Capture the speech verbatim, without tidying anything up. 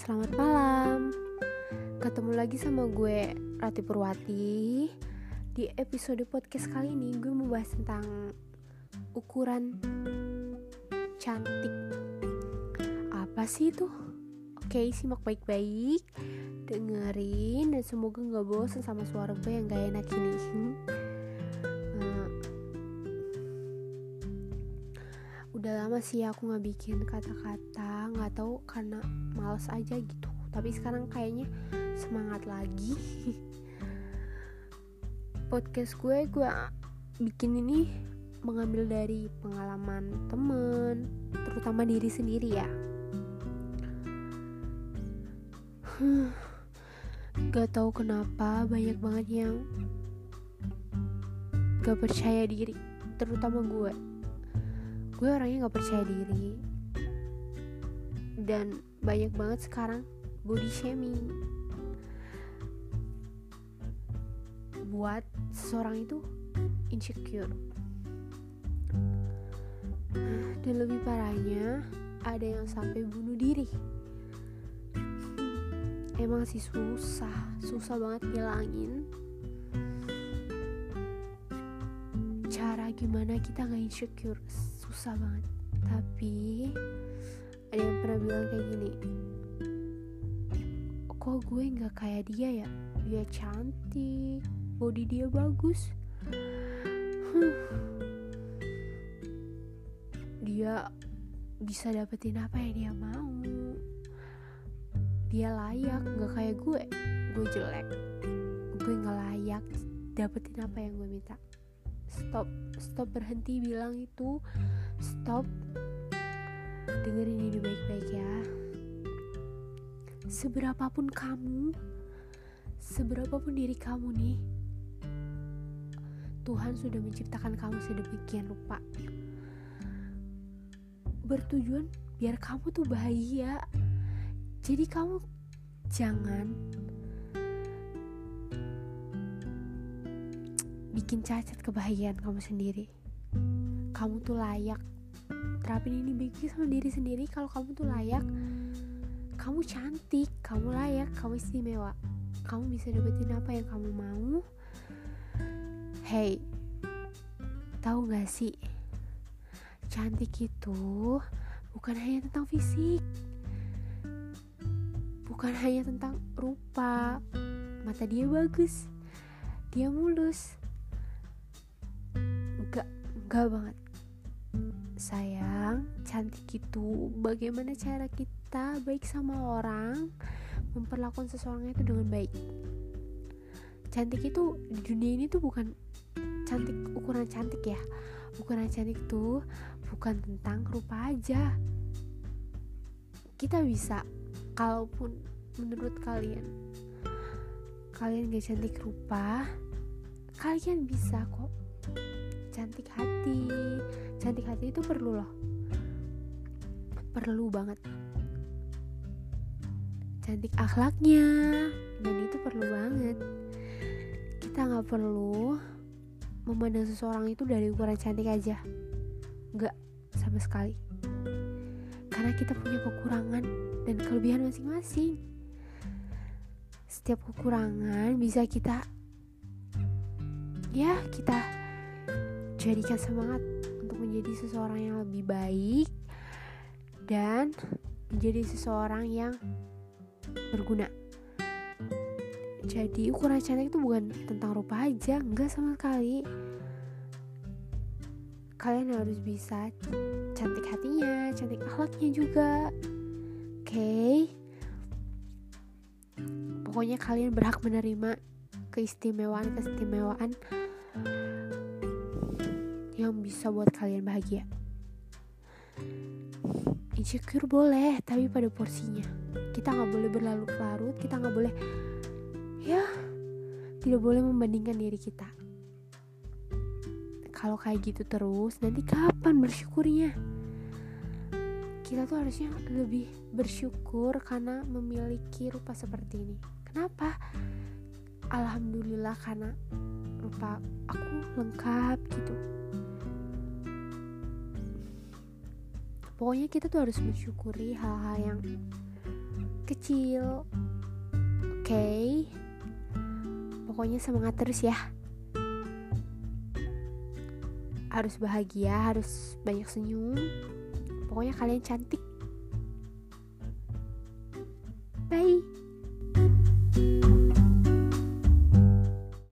selamat malam. Ketemu lagi sama gue, Rati Purwati. Di episode podcast kali ini gue mau bahas tentang ukuran cantik. Apa sih itu? Oke, simak baik-baik, dengerin, dan semoga gak bosan sama suara gue yang gak enak ini. uh, Udah lama sih aku gak bikin kata-kata, gak tahu karena males aja gitu. Tapi sekarang kayaknya semangat lagi. Podcast gue, gue bikin ini mengambil dari pengalaman temen, terutama diri sendiri ya. Gak tahu kenapa banyak banget yang gak percaya diri, terutama gue. Gue orangnya gak percaya diri, dan banyak banget sekarang body shaming buat seseorang itu insecure. Dan lebih parahnya, ada yang sampai bunuh diri. Emang sih susah, susah banget ngilangin cara gimana kita gak insecure. Susah banget. Tapi ada yang pernah bilang kayak gini, kok gue gak kayak dia ya? Dia cantik, body dia bagus, huh. Dia bisa dapetin apa yang dia mau. Dia layak, gak kayak gue. Gue jelek, gue gak layak dapetin apa yang gue minta. Stop, stop, berhenti bilang itu. Stop. Dengerin ini baik-baik ya. Seberapapun kamu, seberapapun diri kamu nih, Tuhan sudah menciptakan kamu sedemikian rupa, bertujuan biar kamu tuh bahagia. Jadi kamu jangan bikin cacat kebahagiaan kamu sendiri. Kamu tuh layak. Terapin ini baik sama diri sendiri. Kalau kamu tuh layak, kamu cantik, kamu layak, kamu istimewa, kamu bisa dapetin apa yang kamu mau. Hey, tahu gak sih, cantik itu bukan hanya tentang fisik, bukan hanya tentang rupa. Mata dia bagus, dia mulus, enggak, enggak banget. Sayang, cantik itu bagaimana cara kita baik sama orang, memperlakukan seseorang itu dengan baik. Cantik itu di dunia ini tuh bukan cantik, ukuran cantik ya. Ukuran cantik tuh bukan tentang rupa aja. Kita bisa, kalaupun menurut kalian kalian gak cantik rupa, kalian bisa kok cantik hati. Cantik hati itu perlu loh, perlu banget. Cantik akhlaknya, dan itu perlu banget. Kita gak perlu memandang seseorang itu dari ukuran cantik aja, gak, sama sekali. Karena kita punya kekurangan dan kelebihan masing-masing. Setiap kekurangan bisa kita, ya kita jadikan semangat untuk menjadi seseorang yang lebih baik dan menjadi seseorang yang berguna. Jadi ukuran cantik itu bukan tentang rupa aja, enggak sama sekali. Kalian harus bisa cantik hatinya, cantik akhlaknya juga. Oke, okay? Pokoknya kalian berhak menerima keistimewaan-keistimewaan yang bisa buat kalian bahagia. Insecure boleh, tapi pada porsinya. Kita gak boleh berlarut-larut, kita gak boleh, ya, tidak boleh membandingkan diri kita. Kalau kayak gitu terus, nanti kapan bersyukurnya? Kita tuh harusnya lebih bersyukur karena memiliki rupa seperti ini. Kenapa? Alhamdulillah, karena rupa aku lengkap gitu. Pokoknya kita tuh harus mensyukuri hal-hal yang kecil. Oke okay? Pokoknya semangat terus ya. Harus bahagia, harus banyak senyum. Pokoknya kalian cantik. Bye.